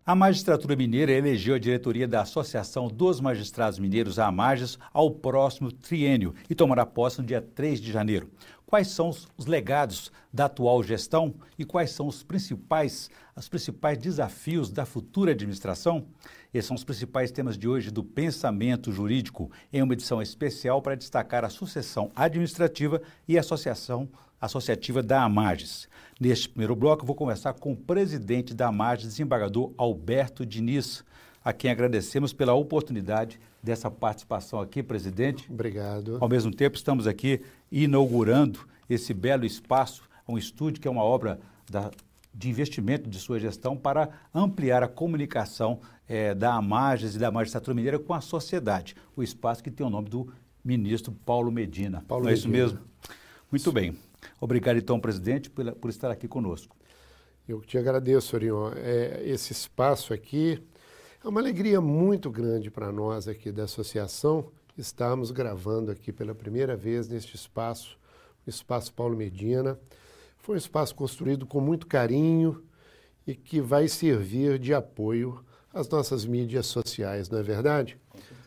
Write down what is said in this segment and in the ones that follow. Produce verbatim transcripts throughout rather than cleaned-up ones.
A magistratura mineira elegeu a diretoria da Associação dos Magistrados Mineiros, a AMAGES, ao próximo triênio e tomará posse no dia três de janeiro. Quais são os, os legados da atual gestão e quais são os principais, os principais desafios da futura administração? Esses são os principais temas de hoje do Pensamento Jurídico, em uma edição especial para destacar a sucessão administrativa e a associação associativa da AMAGES. Neste primeiro bloco, eu vou conversar com o presidente da AMAGES, desembargador Alberto Diniz, a quem agradecemos pela oportunidade dessa participação aqui, presidente. Obrigado. Ao mesmo tempo, estamos aqui inaugurando esse belo espaço, um estúdio que é uma obra da, de investimento de sua gestão para ampliar a comunicação eh, da AMAGES e da Magistratura Mineira com a sociedade. O espaço que tem o nome do ministro Paulo Medina. Paulo Não é isso Medina. mesmo? Muito bem. Obrigado, então, presidente, por, por estar aqui conosco. Eu te agradeço, Orion. É, esse espaço aqui é uma alegria muito grande para nós aqui da associação. Estamos gravando aqui pela primeira vez neste espaço, o Espaço Paulo Medina. Foi um espaço construído com muito carinho e que vai servir de apoio às nossas mídias sociais, não é verdade?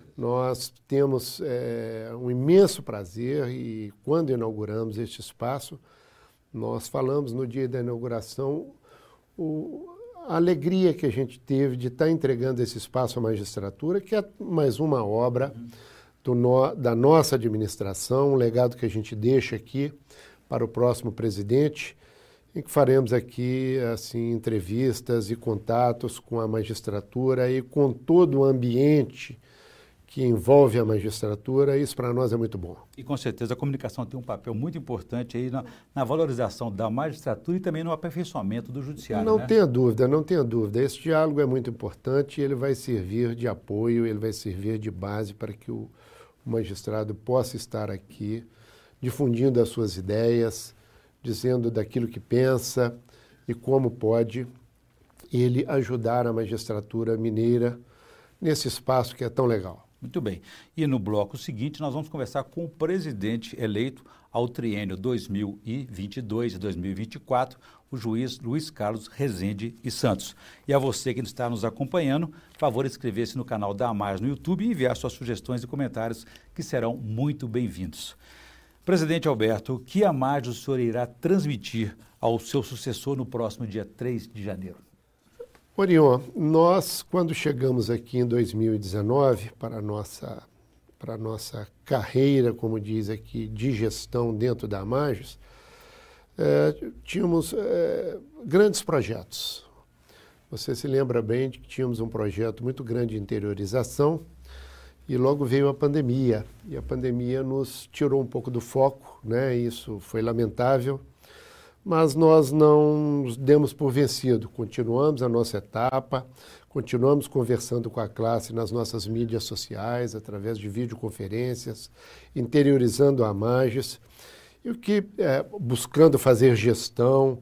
Nós temos é, um imenso prazer e quando inauguramos este espaço, nós falamos no dia da inauguração o, a alegria que a gente teve de estar entregando esse espaço à magistratura, que é mais uma obra do no, da nossa administração, um legado que a gente deixa aqui para o próximo presidente, em que faremos aqui assim, entrevistas e contatos com a magistratura e com todo o ambiente que envolve a magistratura, isso para nós é muito bom. E com certeza a comunicação tem um papel muito importante aí na, na valorização da magistratura e também no aperfeiçoamento do judiciário. Não né? tenha dúvida, não tenha dúvida. Esse diálogo é muito importante e ele vai servir de apoio, ele vai servir de base para que o, o magistrado possa estar aqui difundindo as suas ideias, dizendo daquilo que pensa e como pode ele ajudar a magistratura mineira nesse espaço que é tão legal. Muito bem. E no bloco seguinte, nós vamos conversar com o presidente eleito ao triênio dois mil e vinte e dois e dois mil e vinte e quatro, o juiz Luiz Carlos Rezende e Santos. E a você que está nos acompanhando, por favor, inscrever-se no canal da AMAGES no YouTube e enviar suas sugestões e comentários, que serão muito bem-vindos. Presidente Alberto, o que a AMAGES o senhor irá transmitir ao seu sucessor no próximo dia três de janeiro? Orion, nós, quando chegamos aqui em dois mil e dezenove, para a nossa, para a nossa carreira, como diz aqui, de gestão dentro da AMAGES, eh, tínhamos eh, grandes projetos. Você se lembra bem de que tínhamos um projeto muito grande de interiorização e logo veio a pandemia. E a pandemia nos tirou um pouco do foco, né? Isso foi lamentável. Mas nós não nos demos por vencido, continuamos a nossa etapa, continuamos conversando com a classe nas nossas mídias sociais, através de videoconferências, interiorizando a AMAGES, e o que, é, buscando fazer gestão,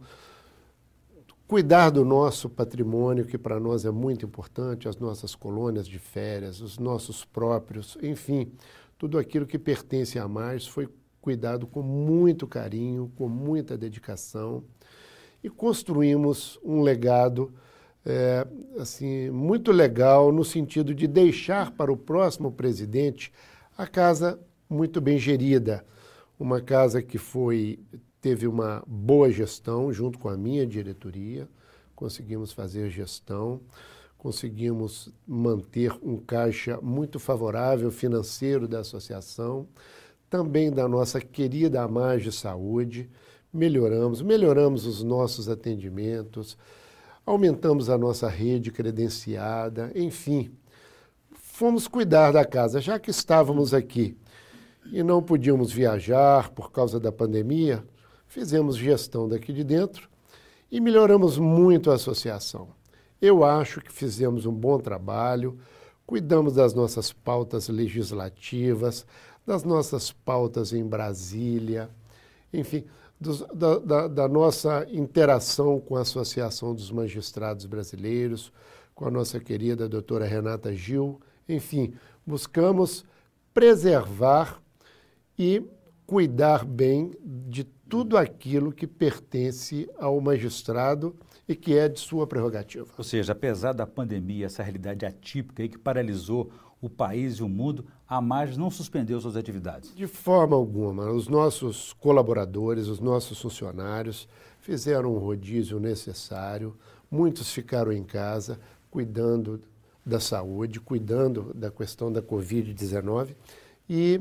cuidar do nosso patrimônio, que para nós é muito importante, as nossas colônias de férias, os nossos próprios, enfim, tudo aquilo que pertence à AMAGES foi cuidado com muito carinho, com muita dedicação e construímos um legado é, assim, muito legal no sentido de deixar para o próximo presidente a casa muito bem gerida, uma casa que foi, teve uma boa gestão junto com a minha diretoria, conseguimos fazer gestão, conseguimos manter um caixa muito favorável financeiro da associação, também da nossa querida AMAGES Saúde, melhoramos, melhoramos os nossos atendimentos, aumentamos a nossa rede credenciada, enfim, fomos cuidar da casa, já que estávamos aqui e não podíamos viajar por causa da pandemia, fizemos gestão daqui de dentro e melhoramos muito a associação. Eu acho que fizemos um bom trabalho, cuidamos das nossas pautas legislativas, das nossas pautas em Brasília, enfim, dos, da, da, da nossa interação com a Associação dos Magistrados Brasileiros, com a nossa querida doutora Renata Gil, enfim, buscamos preservar e cuidar bem de tudo aquilo que pertence ao magistrado e que é de sua prerrogativa. Ou seja, apesar da pandemia, essa realidade atípica aí que paralisou o país e o mundo, a Marges não suspendeu suas atividades? De forma alguma. Os nossos colaboradores, os nossos funcionários fizeram o rodízio necessário, muitos ficaram em casa cuidando da saúde, cuidando da questão da covid dezenove e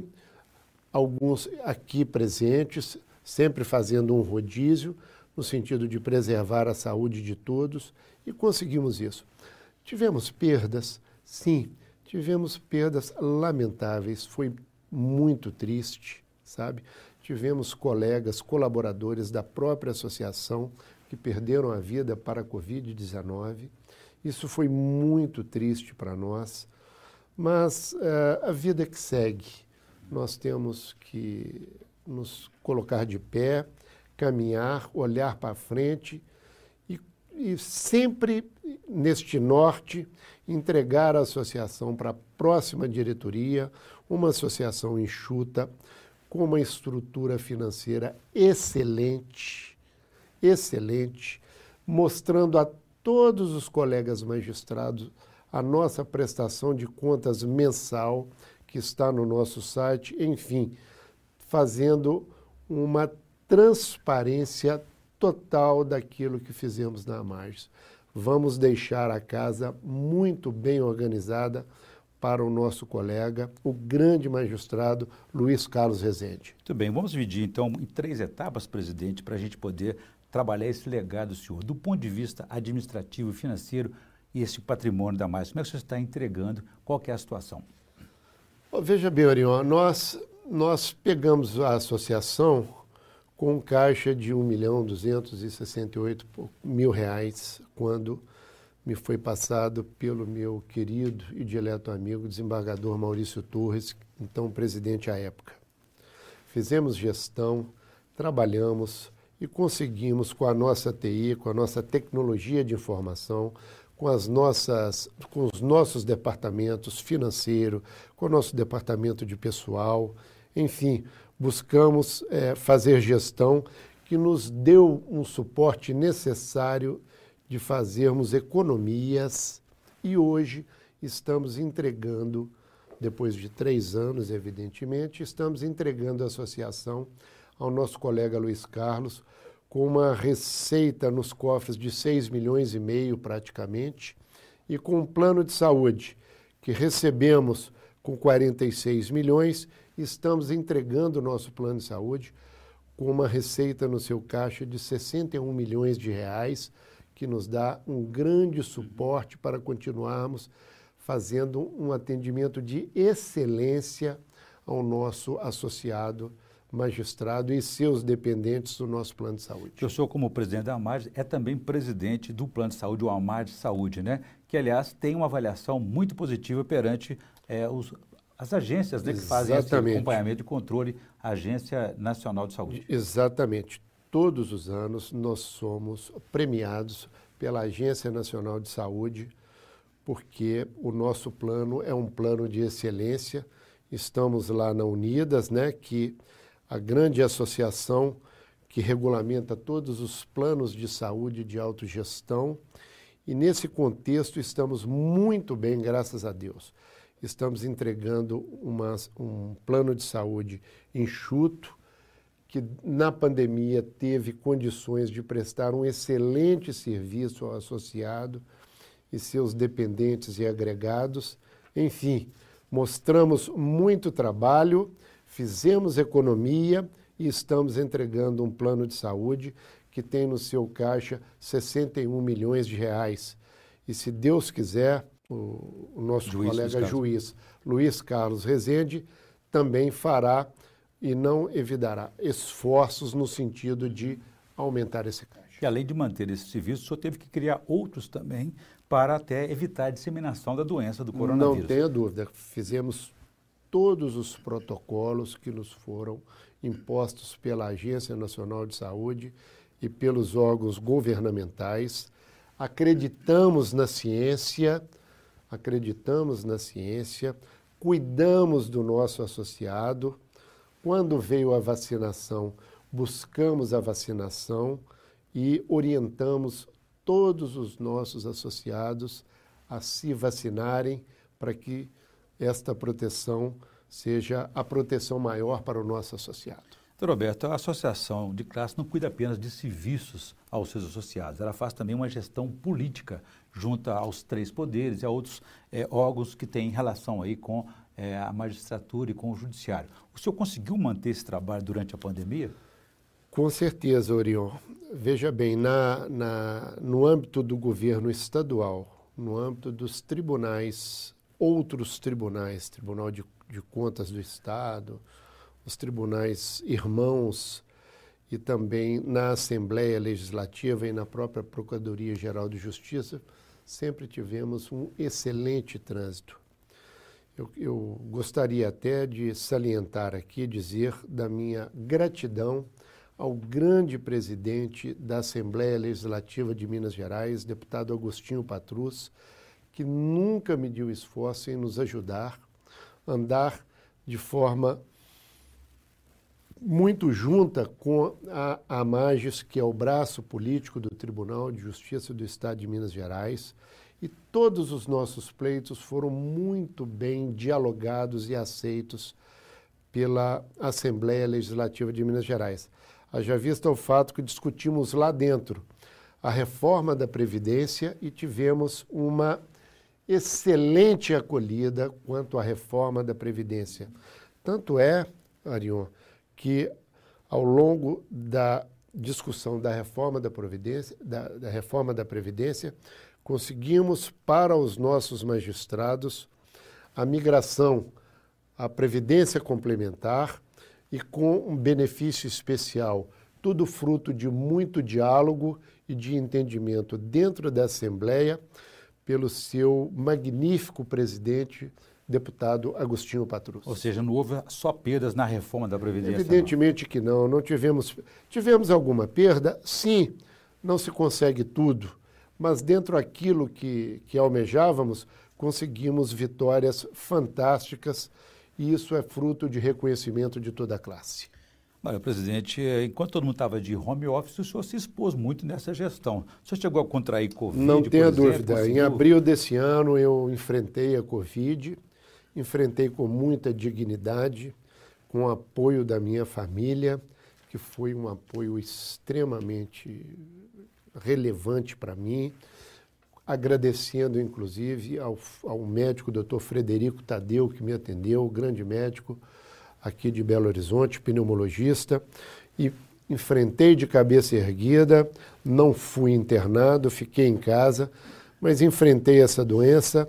alguns aqui presentes, sempre fazendo um rodízio, no sentido de preservar a saúde de todos, e conseguimos isso. Tivemos perdas, sim, tivemos perdas lamentáveis, foi muito triste, sabe? Tivemos colegas, colaboradores da própria associação que perderam a vida para a covid dezenove. Isso foi muito triste para nós, mas uh, a vida que segue, nós temos que nos colocar de pé, caminhar, olhar para frente e, e sempre neste norte entregar a associação para a próxima diretoria, uma associação enxuta, com uma estrutura financeira excelente, excelente, mostrando a todos os colegas magistrados a nossa prestação de contas mensal que está no nosso site, enfim, fazendo uma transparência total daquilo que fizemos na Marges. Vamos deixar a casa muito bem organizada para o nosso colega, o grande magistrado Luiz Carlos Rezende. Muito bem, vamos dividir então em três etapas, presidente, para a gente poder trabalhar esse legado do senhor, do ponto de vista administrativo e financeiro e esse patrimônio da Marges. Como é que o senhor está entregando? Qual que é a situação? Oh, veja bem, Orion, nós, nós pegamos a associação com um caixa de um milhão duzentos e sessenta e oito mil reais, quando me foi passado pelo meu querido e dileto amigo, desembargador Maurício Torres, então presidente à época. Fizemos gestão, trabalhamos e conseguimos, com a nossa T I, com a nossa tecnologia de informação, com, as nossas, com os nossos departamentos financeiro, com o nosso departamento de pessoal, enfim, buscamos é, fazer gestão que nos deu um suporte necessário de fazermos economias e hoje estamos entregando, depois de três anos, evidentemente, estamos entregando a associação ao nosso colega Luiz Carlos com uma receita nos cofres de seis milhões e meio praticamente e com um plano de saúde que recebemos com quarenta e seis milhões, estamos entregando o nosso plano de saúde com uma receita no seu caixa de sessenta e um milhões de reais, que nos dá um grande suporte para continuarmos fazendo um atendimento de excelência ao nosso associado magistrado e seus dependentes do nosso plano de saúde. O senhor, como presidente da Marges, é também presidente do plano de saúde, o Amarges Saúde, né? Que, aliás, tem uma avaliação muito positiva perante é, os, as agências, né, que fazem esse acompanhamento e controle, a Agência Nacional de Saúde. Exatamente. Todos os anos nós somos premiados pela Agência Nacional de Saúde, porque o nosso plano é um plano de excelência. Estamos lá na Unidas, né, que a grande associação que regulamenta todos os planos de saúde de autogestão. E nesse contexto estamos muito bem, graças a Deus. Estamos entregando uma, um plano de saúde enxuto, que na pandemia teve condições de prestar um excelente serviço ao associado e seus dependentes e agregados. Enfim, mostramos muito trabalho, fizemos economia e estamos entregando um plano de saúde que tem no seu caixa sessenta e um milhões de reais. E se Deus quiser, o, o nosso juiz, colega juiz Luiz Carlos Rezende também fará e não evitará esforços no sentido de aumentar esse caixa. E além de manter esse serviço, o senhor teve que criar outros também para até evitar a disseminação da doença do coronavírus. Não tenha dúvida, fizemos todos os protocolos que nos foram impostos pela Agência Nacional de Saúde e pelos órgãos governamentais. Acreditamos na ciência, acreditamos na ciência, cuidamos do nosso associado. Quando veio a vacinação, buscamos a vacinação e orientamos todos os nossos associados a se vacinarem para que esta proteção seja a proteção maior para o nosso associado. Doutor Roberto, a associação de classe não cuida apenas de serviços aos seus associados, ela faz também uma gestão política junto aos três poderes e a outros é, órgãos que têm relação aí com é, a magistratura e com o judiciário. O senhor conseguiu manter esse trabalho durante a pandemia? Com certeza, Orion. Veja bem, na, na, no âmbito do governo estadual, no âmbito dos tribunais, outros tribunais, Tribunal de, de Contas do Estado, os tribunais irmãos e também na Assembleia Legislativa e na própria Procuradoria-Geral de Justiça, sempre tivemos um excelente trânsito. Eu, eu gostaria até de salientar aqui, dizer da minha gratidão ao grande presidente da Assembleia Legislativa de Minas Gerais, deputado Agostinho Patrus, que nunca mediu esforço em nos ajudar a andar de forma muito junta com a AMAGES, que é o braço político do Tribunal de Justiça do Estado de Minas Gerais, e todos os nossos pleitos foram muito bem dialogados e aceitos pela Assembleia Legislativa de Minas Gerais. Haja vista o fato que discutimos lá dentro a reforma da Previdência e tivemos uma excelente acolhida quanto à reforma da Previdência. Tanto é, Arion, que ao longo da discussão da reforma da, Providência, da, da reforma da Previdência, conseguimos para os nossos magistrados a migração à Previdência Complementar e com um benefício especial, tudo fruto de muito diálogo e de entendimento dentro da Assembleia pelo seu magnífico presidente, deputado Agostinho Patrus. Ou seja, não houve só perdas na reforma da Previdência? Evidentemente não. que não, não tivemos, tivemos alguma perda, sim, não se consegue tudo, mas dentro daquilo que, que almejávamos, conseguimos vitórias fantásticas e isso é fruto de reconhecimento de toda a classe. Olha, presidente, enquanto todo mundo estava de home office, o senhor se expôs muito nessa gestão. O senhor chegou a contrair Covid? Não tenha por exemplo, dúvida. conseguiu... Em abril desse ano eu enfrentei a Covid, enfrentei com muita dignidade, com o apoio da minha família, que foi um apoio extremamente relevante para mim, agradecendo inclusive ao, ao médico doutor Frederico Tadeu, que me atendeu, grande médico aqui de Belo Horizonte, pneumologista, e enfrentei de cabeça erguida, não fui internado, fiquei em casa, mas enfrentei essa doença,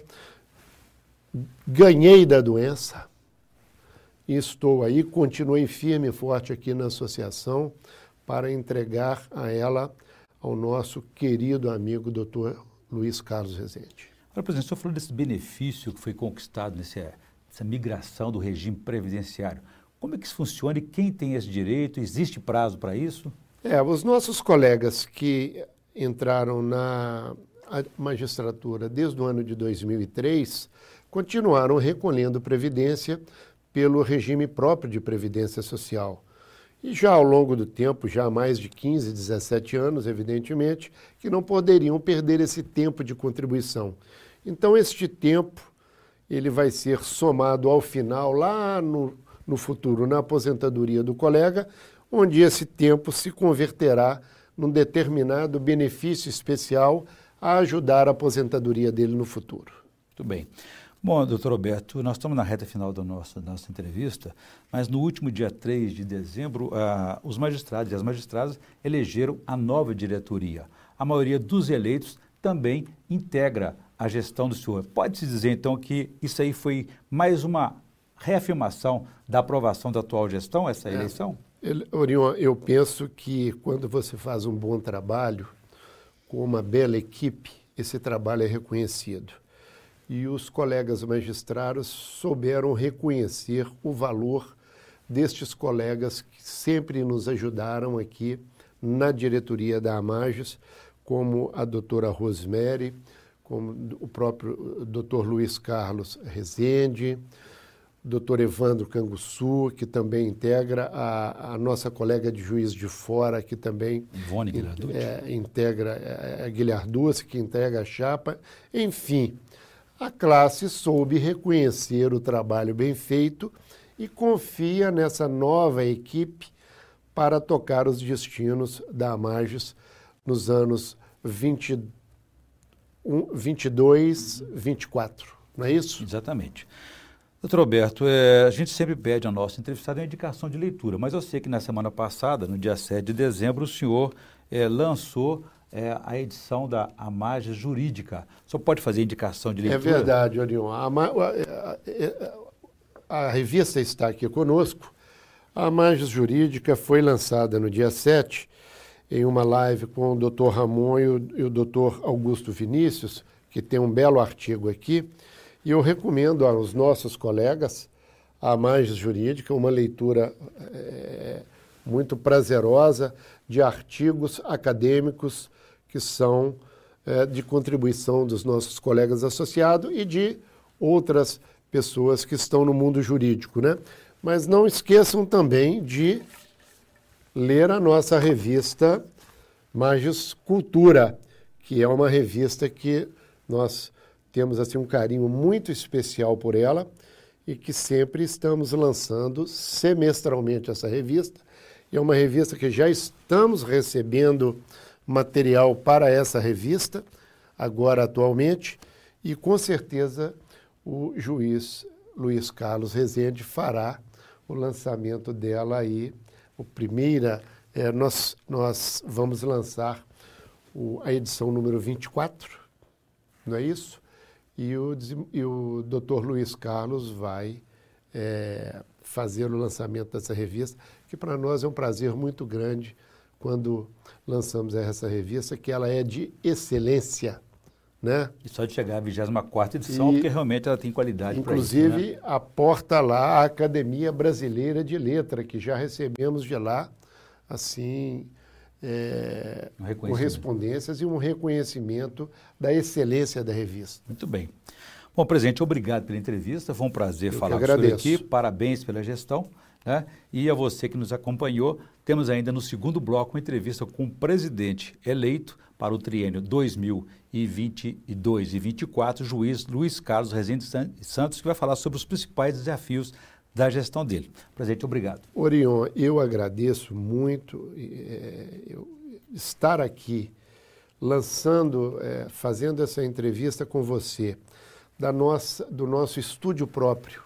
ganhei da doença e estou aí, continuei firme e forte aqui na associação para entregar a ela ao nosso querido amigo doutor Luiz Carlos Rezende. Agora, presidente, o senhor falou desse benefício que foi conquistado nesse, nessa migração do regime previdenciário. Como é que isso funciona e quem tem esse direito? Existe prazo para isso? É, os nossos colegas que entraram na magistratura desde o ano de dois mil e três continuaram recolhendo previdência pelo regime próprio de previdência social. E já ao longo do tempo, já há mais de quinze, dezessete anos, evidentemente, que não poderiam perder esse tempo de contribuição. Então, este tempo, ele vai ser somado ao final, lá no, no futuro, na aposentadoria do colega, onde esse tempo se converterá num determinado benefício especial a ajudar a aposentadoria dele no futuro. Muito bem. Bom, doutor Roberto, nós estamos na reta final da nossa, da nossa entrevista, mas no último dia três de dezembro, ah, os magistrados e as magistradas elegeram a nova diretoria. A maioria dos eleitos também integra a gestão do senhor. Pode-se dizer, então, que isso aí foi mais uma reafirmação da aprovação da atual gestão, essa eleição? É, Orion, eu penso que quando você faz um bom trabalho, com uma bela equipe, esse trabalho é reconhecido. E os colegas magistrados souberam reconhecer o valor destes colegas que sempre nos ajudaram aqui na diretoria da AMAGES, como a doutora Rosemary, como o próprio doutor Luiz Carlos Rezende, doutor Evandro Canguçu, que também integra, a, a nossa colega de Juiz de Fora, que também Ivone Guilherducci. É, integra, é, a Guilherducci, que integra a chapa. Enfim, a classe soube reconhecer o trabalho bem feito e confia nessa nova equipe para tocar os destinos da Amages nos anos vinte e um, vinte e dois, vinte e quatro, não é isso? Exatamente. Doutor Roberto, é, a gente sempre pede ao nosso entrevistado uma indicação de leitura, mas eu sei que na semana passada, no dia sete de dezembro, o senhor é, lançou é, a edição da Amages Jurídica. O senhor pode fazer indicação de leitura? É verdade, Orion. A, a, a, a revista está aqui conosco. A Amages Jurídica foi lançada no dia sete, em uma live com o doutor Ramon e o, e o doutor Augusto Vinícius, que tem um belo artigo aqui, e eu recomendo aos nossos colegas a Amages Jurídica, uma leitura é, muito prazerosa de artigos acadêmicos que são é, de contribuição dos nossos colegas associados e de outras pessoas que estão no mundo jurídico, né? Mas não esqueçam também de ler a nossa revista Magis Cultura, que é uma revista que nós temos assim, um carinho muito especial por ela e que sempre estamos lançando semestralmente essa revista. E é uma revista que já estamos recebendo material para essa revista, agora atualmente, e com certeza o juiz Luiz Carlos Rezende fará o lançamento dela aí. O primeira, é, nós, nós vamos lançar o, a edição número vinte e quatro, não é isso? E o, e o doutor Luiz Carlos vai é, fazer o lançamento dessa revista, que para nós é um prazer muito grande quando lançamos essa revista, que ela é de excelência, né? E só de chegar à vigésima quarta edição, e, porque realmente ela tem qualidade para isso. Inclusive, né? aporta lá a Academia Brasileira de Letra, que já recebemos de lá, assim, é, um correspondências e um reconhecimento da excelência da revista. Muito bem. Bom, presidente, obrigado pela entrevista, foi um prazer Eu falar com o senhor aqui, parabéns pela gestão, né? E a você que nos acompanhou, temos ainda no segundo bloco uma entrevista com o presidente eleito para o triênio dois mil e vinte e dois e vinte e quatro, o juiz Luiz Carlos Rezende Santos, que vai falar sobre os principais desafios da gestão dele. Presidente, obrigado. Orion, eu agradeço muito é, eu estar aqui lançando, é, fazendo essa entrevista com você, da nossa, do nosso estúdio próprio.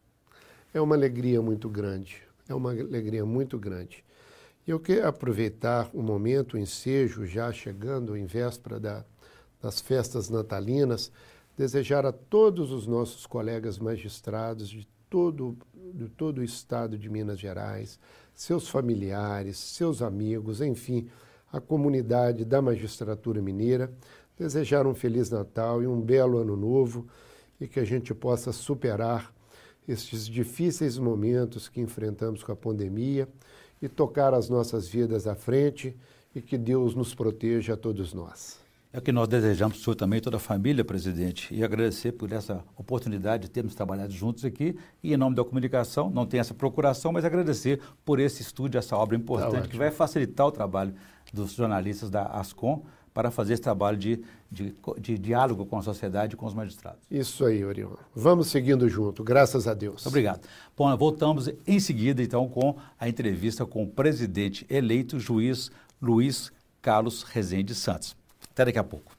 É uma alegria muito grande, é uma alegria muito grande. Eu quero aproveitar o momento, o ensejo, já chegando em véspera da, das festas natalinas, desejar a todos os nossos colegas magistrados de todo, de todo o estado de Minas Gerais, seus familiares, seus amigos, enfim, a comunidade da magistratura mineira, desejar um Feliz Natal e um belo Ano Novo e que a gente possa superar estes difíceis momentos que enfrentamos com a pandemia e tocar as nossas vidas à frente e que Deus nos proteja a todos nós. É o que nós desejamos para o senhor também, toda a família, presidente, e agradecer por essa oportunidade de termos trabalhado juntos aqui e em nome da comunicação, não tem essa procuração, mas agradecer por esse estúdio, essa obra importante, tá, que vai facilitar o trabalho dos jornalistas da Ascom para fazer esse trabalho de, de, de diálogo com a sociedade e com os magistrados. Isso aí, Orion. Vamos seguindo junto, graças a Deus. Obrigado. Bom, voltamos em seguida, então, com a entrevista com o presidente eleito, juiz Luiz Carlos Rezende Santos. Até daqui a pouco.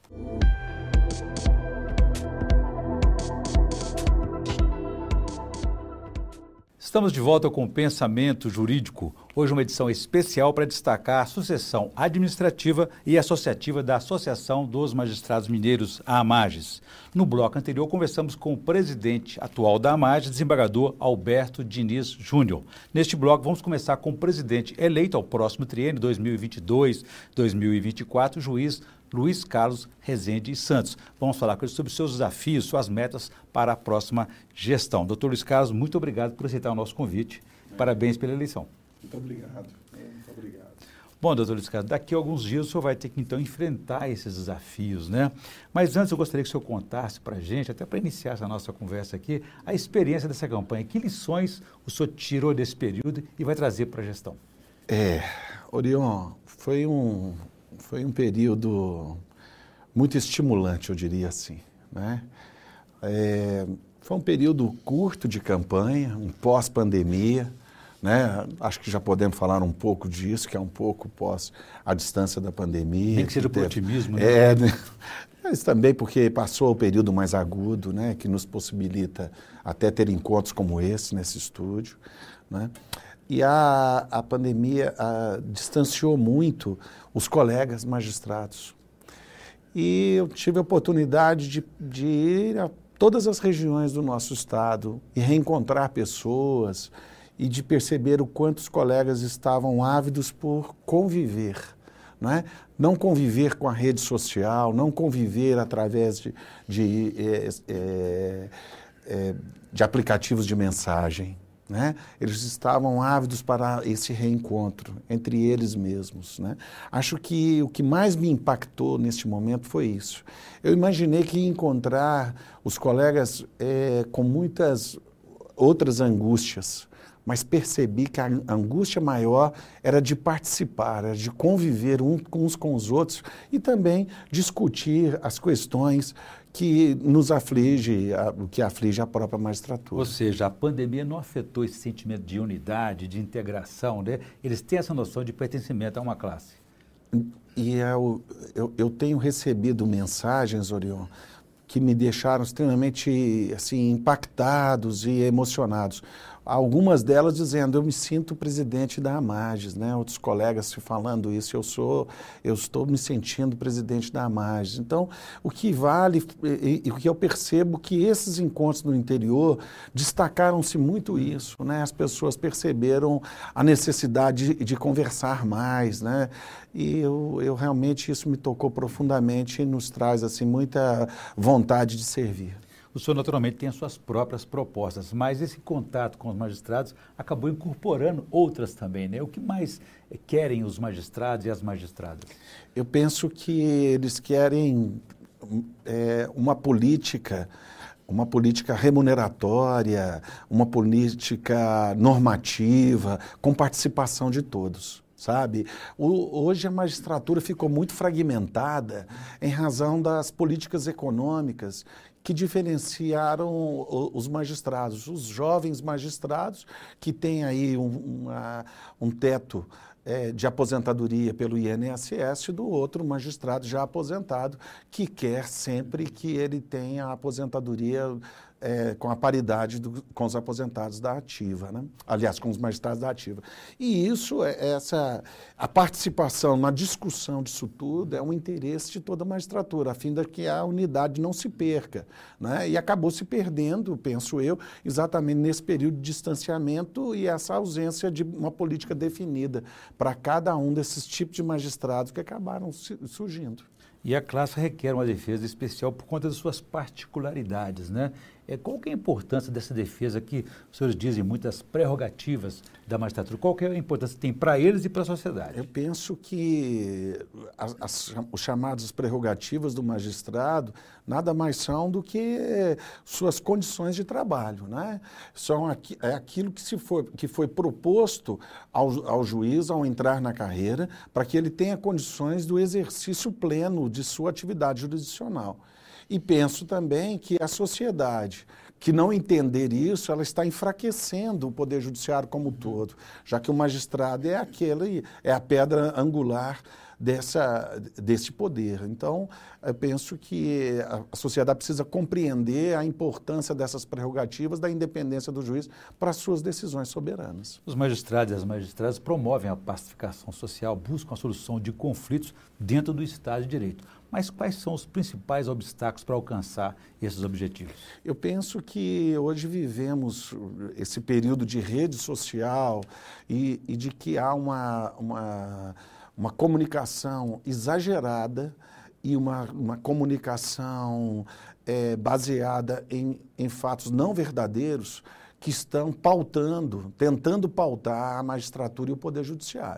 Estamos de volta com o Pensamento Jurídico. Hoje uma edição especial para destacar a sucessão administrativa e associativa da Associação dos Magistrados Mineiros, a Amages. No bloco anterior, conversamos com o presidente atual da Amages, desembargador Alberto Diniz Júnior. Neste bloco, vamos começar com o presidente eleito ao próximo triênio, dois mil e vinte e dois a dois mil e vinte e quatro, o juiz Luiz Carlos Rezende Santos. Vamos falar com ele sobre seus desafios, suas metas para a próxima gestão. Doutor Luiz Carlos, muito obrigado por aceitar o nosso convite. Parabéns pela eleição. Muito obrigado. Muito obrigado. Bom, doutor Luiz Carlos, daqui a alguns dias o senhor vai ter que, então, enfrentar esses desafios, né? Mas antes eu gostaria que o senhor contasse para a gente, até para iniciar essa nossa conversa aqui, a experiência dessa campanha. Que lições o senhor tirou desse período e vai trazer para a gestão? É, Orion, foi um, foi um período muito estimulante, eu diria assim, né? É, foi um período curto de campanha, um pós-pandemia, né? Acho que já podemos falar um pouco disso, que é um pouco pós a distância da pandemia. Nem que seja que por teve... otimismo, né? É, né? Mas também porque passou o período mais agudo, né? Que nos possibilita até ter encontros como esse nesse estúdio, né? E a, a pandemia a, distanciou muito os colegas magistrados. E eu tive a oportunidade de, de ir a todas as regiões do nosso estado e reencontrar pessoas e de perceber o quanto os colegas estavam ávidos por conviver, não é? Não conviver com a rede social, não conviver através de, de, é, é, é, de aplicativos de mensagem, né? Eles estavam ávidos para esse reencontro entre eles mesmos, né? Acho que o que mais me impactou neste momento foi isso. Eu imaginei que ia encontrar os colegas é, com muitas outras angústias, mas percebi que a angústia maior era de participar, era de conviver uns com os outros e também discutir as questões que nos aflige, o que aflige a própria magistratura. Ou seja, a pandemia não afetou esse sentimento de unidade, de integração, né? Eles têm essa noção de pertencimento a uma classe. E eu, eu, eu tenho recebido mensagens, Orion, que me deixaram extremamente assim, impactados e emocionados. Algumas delas dizendo, eu me sinto presidente da AMAGES, né? Outros colegas se falando isso, eu sou, eu estou me sentindo presidente da AMAGES. Então, o que vale, e, e o que eu percebo que esses encontros no interior destacaram-se muito isso, né? As pessoas perceberam a necessidade de, de conversar mais, né? E eu, eu realmente, isso me tocou profundamente e nos traz, assim, muita vontade de servir. O senhor, naturalmente, tem as suas próprias propostas, mas esse contato com os magistrados acabou incorporando outras também, né? O que mais querem os magistrados e as magistradas? Eu penso que eles querem é, uma política, uma política remuneratória, uma política normativa, com participação de todos. Sabe? O, hoje a magistratura ficou muito fragmentada em razão das políticas econômicas que diferenciaram os magistrados, os jovens magistrados que têm aí um, uma, um teto é, de aposentadoria pelo I N S S do outro magistrado já aposentado que quer sempre que ele tenha a aposentadoria É, com a paridade do, com os aposentados da ativa, né? Aliás, com os magistrados da ativa. E isso, é, essa, a participação na discussão disso tudo é um interesse de toda a magistratura, a fim de que a unidade não se perca, né? E acabou se perdendo, penso eu, exatamente nesse período de distanciamento e essa ausência de uma política definida para cada um desses tipos de magistrados que acabaram surgindo. E a classe requer uma defesa especial por conta das suas particularidades, né? É, qual que é a importância dessa defesa que os senhores dizem muitas prerrogativas da magistratura? Qual que é a importância que tem para eles e para a sociedade? Eu penso que as, as, os chamados prerrogativas do magistrado nada mais são do que suas condições de trabalho, né? São aqui, é aquilo que, se for, que foi proposto ao, ao juiz ao entrar na carreira para que ele tenha condições do exercício pleno de sua atividade jurisdicional. E penso também que a sociedade que não entender isso, ela está enfraquecendo o Poder Judiciário como um todo, já que o magistrado é aquele, é a pedra angular dessa, desse poder. Então, eu penso que a sociedade precisa compreender a importância dessas prerrogativas da independência do juiz para as suas decisões soberanas. Os magistrados e as magistradas promovem a pacificação social, buscam a solução de conflitos dentro do Estado de Direito. Mas quais são os principais obstáculos para alcançar esses objetivos? Eu penso que hoje vivemos esse período de rede social e, e de que há uma, uma, uma comunicação exagerada e uma, uma comunicação é, baseada em, em fatos não verdadeiros que estão pautando, tentando pautar a magistratura e o Poder Judiciário.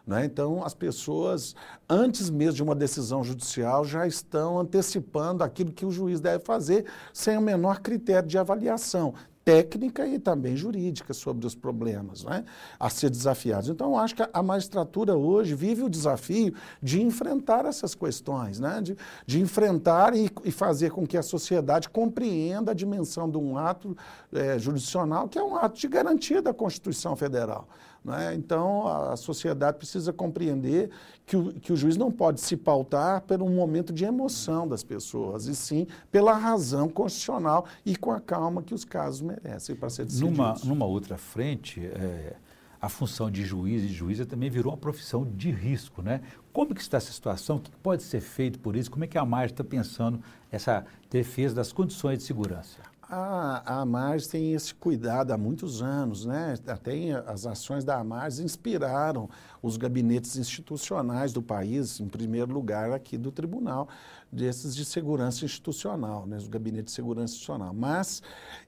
né? Então, as pessoas, antes mesmo de uma decisão judicial, já estão antecipando aquilo que o juiz deve fazer, sem o menor critério de avaliação técnica e também jurídica sobre os problemas, né, a ser desafiados. Então, eu acho que a magistratura hoje vive o desafio de enfrentar essas questões, né, de, de enfrentar e, e fazer com que a sociedade compreenda a dimensão de um ato é, jurisdicional, que é um ato de garantia da Constituição Federal. Né? Então, a sociedade precisa compreender que o, que o juiz não pode se pautar por um momento de emoção das pessoas, e sim pela razão constitucional e com a calma que os casos merecem para ser decididos. Numa, numa outra frente, é, a função de juiz e juíza também virou uma profissão de risco, né? Como que está essa situação? O que pode ser feito por isso? Como é que a Margem está pensando essa defesa das condições de segurança? A, a Margem tem esse cuidado há muitos anos, né? Até as ações da Margem inspiraram os gabinetes institucionais do país, em primeiro lugar aqui do tribunal, desses de segurança institucional, né? Os gabinetes de segurança institucional. Mas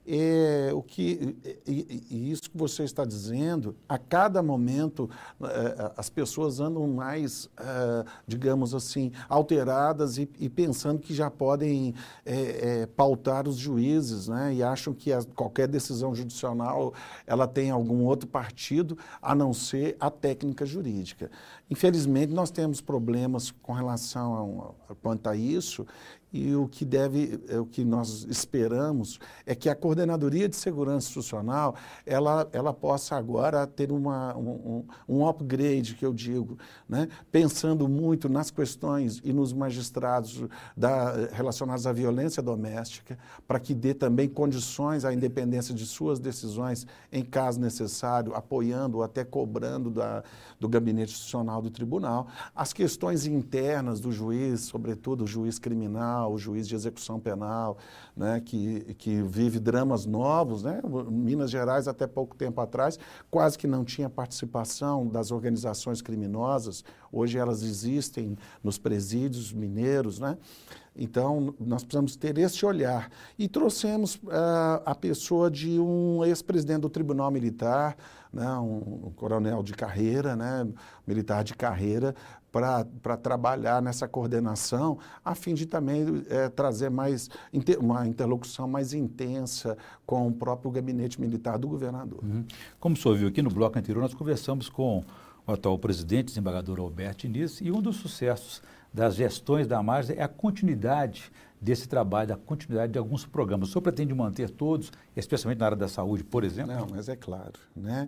é, o que, e, e isso que você está dizendo, a cada momento é, as pessoas andam mais, é, digamos assim, alteradas e, e pensando que já podem é, é, pautar os juízes, né? E acham que a, qualquer decisão judicial ela tem algum outro partido a não ser a técnica jurídica. Infelizmente, nós temos problemas com relação a, a quanto a isso, e o que deve, o que nós esperamos é que a Coordenadoria de Segurança Institucional ela, ela possa agora ter uma, um, um upgrade, que eu digo, né? Pensando muito nas questões e nos magistrados da, relacionados à violência doméstica, para que dê também condições à independência de suas decisões, em caso necessário, apoiando ou até cobrando da, do gabinete institucional do tribunal. As questões internas do juiz, sobretudo o juiz criminal, o juiz de execução penal, né, que, que vive dramas novos, né? Minas Gerais, até pouco tempo atrás, quase que não tinha participação das organizações criminosas, hoje elas existem nos presídios mineiros, né? Então, nós precisamos ter esse olhar. E trouxemos uh, a pessoa de um ex-presidente do Tribunal Militar, né, um, um coronel de carreira, né, militar de carreira, para trabalhar nessa coordenação, a fim de também é, trazer mais, inter, uma interlocução mais intensa com o próprio gabinete militar do governador. Uhum. Como o senhor viu aqui no bloco anterior, nós conversamos com o atual presidente, desembargador Alberto Diniz, e um dos sucessos das gestões da Margem é a continuidade desse trabalho, a continuidade de alguns programas. O senhor pretende manter todos, especialmente na área da saúde, por exemplo? Não, mas é claro, né?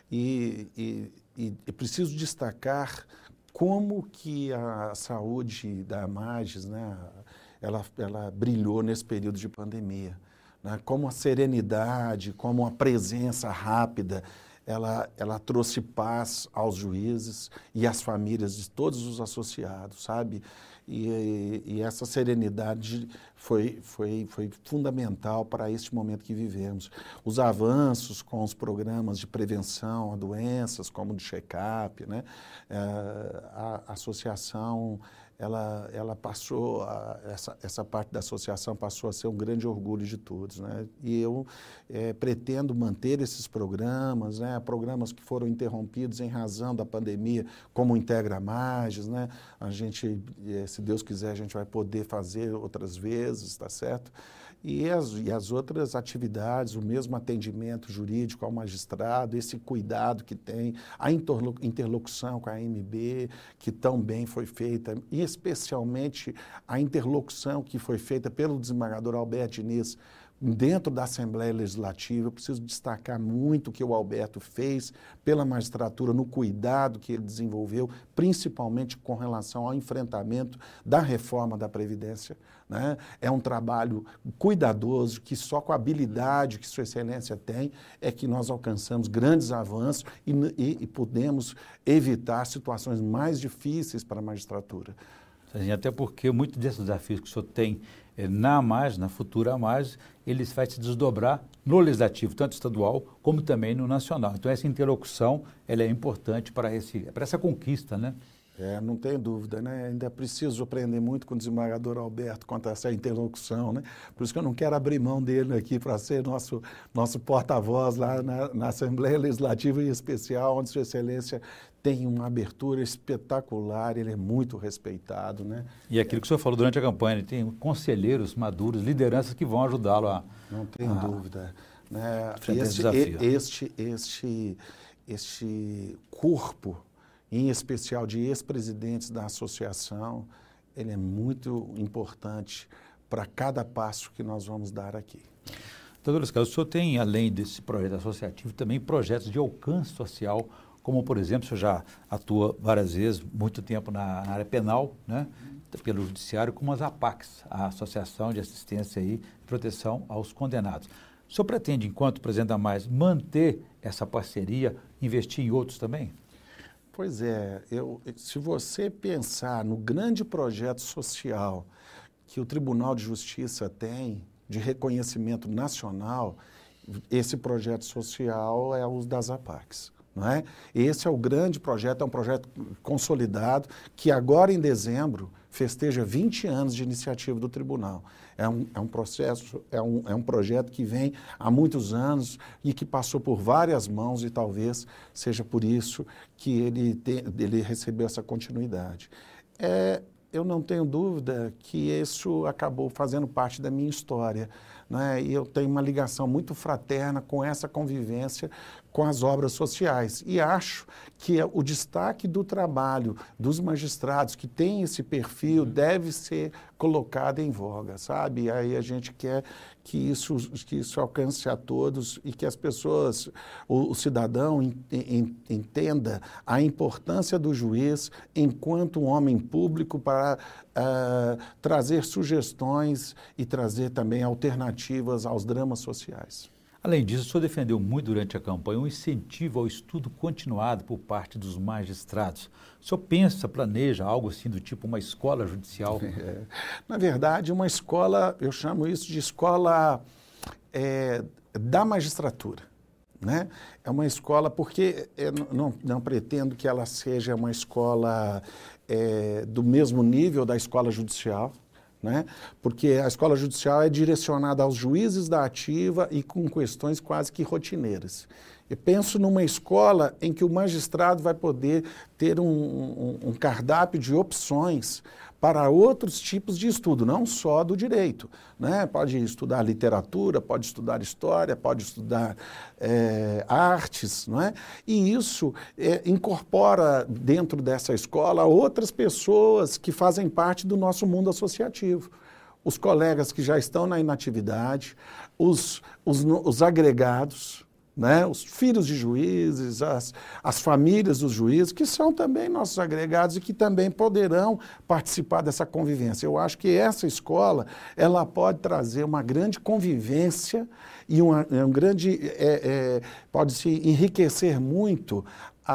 E, e, e, e preciso destacar como que a saúde da Margem, né, ela, ela brilhou nesse período de pandemia, né? Como a serenidade, como a presença rápida, ela, ela trouxe paz aos juízes e às famílias de todos os associados, sabe? E, e essa serenidade foi, foi, foi fundamental para este momento que vivemos. Os avanços com os programas de prevenção a doenças, como o de check-up, né? É, a, a associação, ela, ela passou, a, essa, essa parte da associação passou a ser um grande orgulho de todos, né? E eu é, pretendo manter esses programas, né? Programas que foram interrompidos em razão da pandemia, como o Integra Margens, né? A gente, se Deus quiser, a gente vai poder fazer outras vezes, tá certo? E as, e as outras atividades, o mesmo atendimento jurídico ao magistrado, esse cuidado que tem, a interlocução com a A M B, que tão bem foi feita, e especialmente a interlocução que foi feita pelo desembargador Alberto Diniz dentro da Assembleia Legislativa. Eu preciso destacar muito o que o Alberto fez pela magistratura, no cuidado que ele desenvolveu, principalmente com relação ao enfrentamento da reforma da Previdência, né? É um trabalho cuidadoso, que só com a habilidade que Sua Excelência tem é que nós alcançamos grandes avanços e, e, e podemos evitar situações mais difíceis para a magistratura. Até porque muitos desses desafios que o senhor tem na Margem, na futura Margem, eles vão se desdobrar no legislativo, tanto estadual como também no nacional. Então essa interlocução ela é importante para, esse, para essa conquista, né? É, não tem dúvida, né? Ainda preciso aprender muito com o desembargador Alberto quanto a essa interlocução, né? Por isso que eu não quero abrir mão dele aqui para ser nosso, nosso porta-voz lá na, na Assembleia Legislativa em especial, onde Sua Excelência tem uma abertura espetacular, ele é muito respeitado, né? E aquilo que o senhor falou durante a campanha, ele tem conselheiros maduros, lideranças que vão ajudá-lo a... Não tem a, dúvida. Né? Este, este, este, este corpo, em especial de ex-presidentes da associação, ele é muito importante para cada passo que nós vamos dar aqui. Doutor Luiz Carlos, o senhor tem, além desse projeto associativo, também projetos de alcance social, como, por exemplo, o senhor já atua várias vezes, muito tempo na, na área penal, né, pelo judiciário, como as A P A Cs, a Associação de Assistência e Proteção aos Condenados. O senhor pretende, enquanto presidente da Mais, manter essa parceria, investir em outros também? Pois é, eu, se você pensar no grande projeto social que o Tribunal de Justiça tem, de reconhecimento nacional, esse projeto social é o das A P A Cs. Não é? Esse é o grande projeto, é um projeto consolidado, que agora em dezembro festeja vinte anos de iniciativa do tribunal. É um, é um processo, é um, é um projeto que vem há muitos anos e que passou por várias mãos e talvez seja por isso que ele, te, ele recebeu essa continuidade. É, eu não tenho dúvida que isso acabou fazendo parte da minha história, né? E eu tenho uma ligação muito fraterna com essa convivência com as obras sociais. E acho que o destaque do trabalho dos magistrados que tem esse perfil deve ser colocado em voga, sabe? E aí a gente quer que isso, que isso alcance a todos e que as pessoas, o, o cidadão in, in, entenda a importância do juiz enquanto um homem público para uh, trazer sugestões e trazer também alternativas aos dramas sociais. Além disso, o senhor defendeu muito durante a campanha um incentivo ao estudo continuado por parte dos magistrados. O senhor pensa, planeja algo assim do tipo uma escola judicial? É, na verdade, uma escola, eu chamo isso de escola é, da magistratura, né? É uma escola, porque eu não, não pretendo que ela seja uma escola é, do mesmo nível da escola judicial, né? Porque a escola judicial é direcionada aos juízes da ativa e com questões quase que rotineiras. Eu penso numa escola em que o magistrado vai poder ter um, um, um cardápio de opções para outros tipos de estudo, não só do direito, né? Pode estudar literatura, pode estudar história, pode estudar é, artes, não é? E isso é, incorpora dentro dessa escola outras pessoas que fazem parte do nosso mundo associativo. Os colegas que já estão na inatividade, os, os, os agregados, né? Os filhos de juízes, as, as famílias dos juízes, que são também nossos agregados e que também poderão participar dessa convivência. Eu acho que essa escola ela pode trazer uma grande convivência e uma, um grande, é, é, pode se enriquecer muito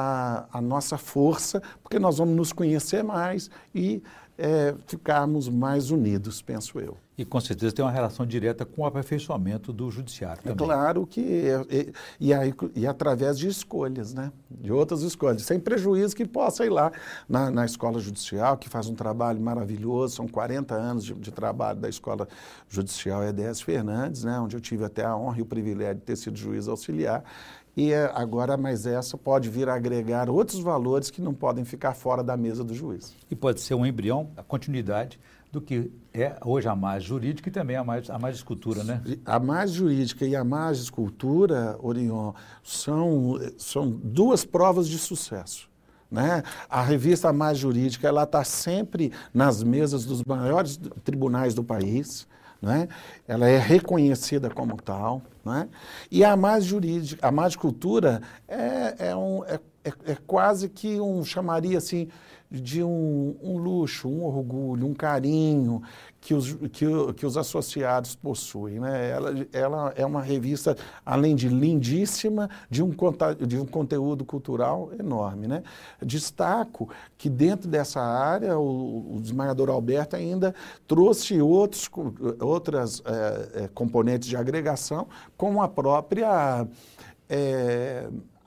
a, a nossa força, porque nós vamos nos conhecer mais e é, ficarmos mais unidos, penso eu. E com certeza tem uma relação direta com o aperfeiçoamento do judiciário também. É claro que, e, e, aí, e através de escolhas, né? De outras escolhas, sem prejuízo que possa ir lá na, na escola judicial, que faz um trabalho maravilhoso, são quarenta anos de, de trabalho da escola judicial E D S Fernandes, né? Onde eu tive até a honra e o privilégio de ter sido juiz auxiliar. E agora, mas essa pode vir a agregar outros valores que não podem ficar fora da mesa do juiz. E pode ser um embrião, a continuidade do que é hoje a Mais Jurídica e também a Mais, a Mais Escultura, né? A Mais Jurídica e a Mais Escultura, Orion, são, são duas provas de sucesso. Né? A revista Mais Jurídica ela está sempre nas mesas dos maiores tribunais do país. Né? Ela é reconhecida como tal, né? E a Mais Jurídica, a Mais Cultura é, é, um, é, é, é quase que um, chamaria assim, de um, um luxo, um orgulho, um carinho que os, que, que os associados possuem. Né? Ela, ela é uma revista, além de lindíssima, de um, de um conteúdo cultural enorme. Né? Destaco que dentro dessa área o, o desembargador Alberto ainda trouxe outros, outras é, é, componentes de agregação, como a própria... É,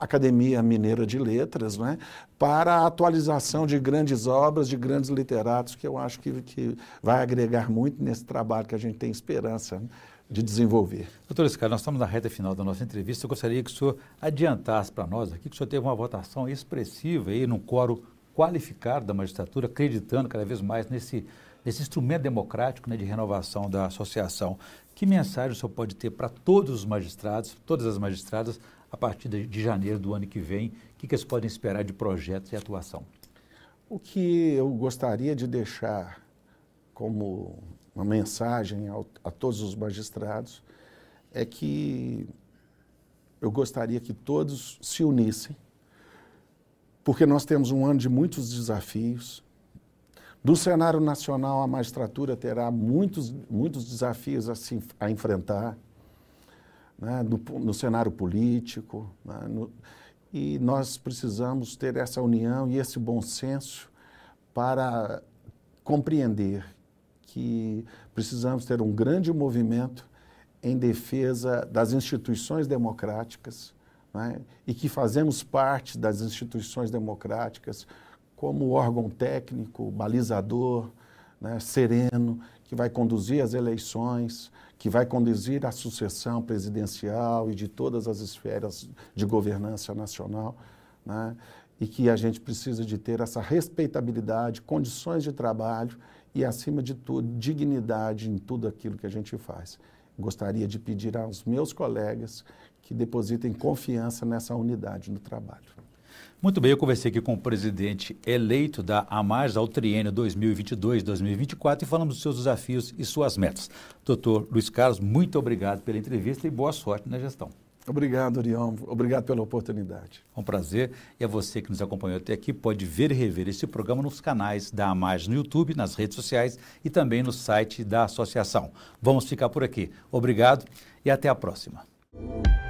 Academia Mineira de Letras, né, para a atualização de grandes obras, de grandes literatos, que eu acho que, que vai agregar muito nesse trabalho que a gente tem esperança, né, de desenvolver. Doutor Luiz Carlos, nós estamos na reta final da nossa entrevista. Eu gostaria que o senhor adiantasse para nós aqui que o senhor teve uma votação expressiva aí num quórum qualificado da magistratura, acreditando cada vez mais nesse, nesse instrumento democrático, né, de renovação da associação. Que mensagem o senhor pode ter para todos os magistrados, todas as magistradas, a partir de, de janeiro do ano que vem? O que, que eles podem esperar de projetos e atuação? O que eu gostaria de deixar como uma mensagem ao, a todos os magistrados é que eu gostaria que todos se unissem, porque nós temos um ano de muitos desafios. No cenário nacional, a magistratura terá muitos, muitos desafios a, se, a enfrentar, né, no, no cenário político, né, no, e nós precisamos ter essa união e esse bom senso para compreender que precisamos ter um grande movimento em defesa das instituições democráticas, né, e que fazemos parte das instituições democráticas como órgão técnico, balizador, né, sereno, que vai conduzir as eleições, que vai conduzir a sucessão presidencial e de todas as esferas de governança nacional, né, e que a gente precisa de ter essa respeitabilidade, condições de trabalho e, acima de tudo, dignidade em tudo aquilo que a gente faz. Gostaria de pedir aos meus colegas que depositem confiança nessa unidade no trabalho. Muito bem, eu conversei aqui com o presidente eleito da AMAGES ao triênio dois mil e vinte e dois, dois mil e vinte e quatro e falamos dos seus desafios e suas metas. Doutor Luiz Carlos, muito obrigado pela entrevista e boa sorte na gestão. Obrigado, Orion. Obrigado pela oportunidade. É um prazer. E a você que nos acompanhou até aqui pode ver e rever esse programa nos canais da AMAGES no YouTube, nas redes sociais e também no site da associação. Vamos ficar por aqui. Obrigado e até a próxima.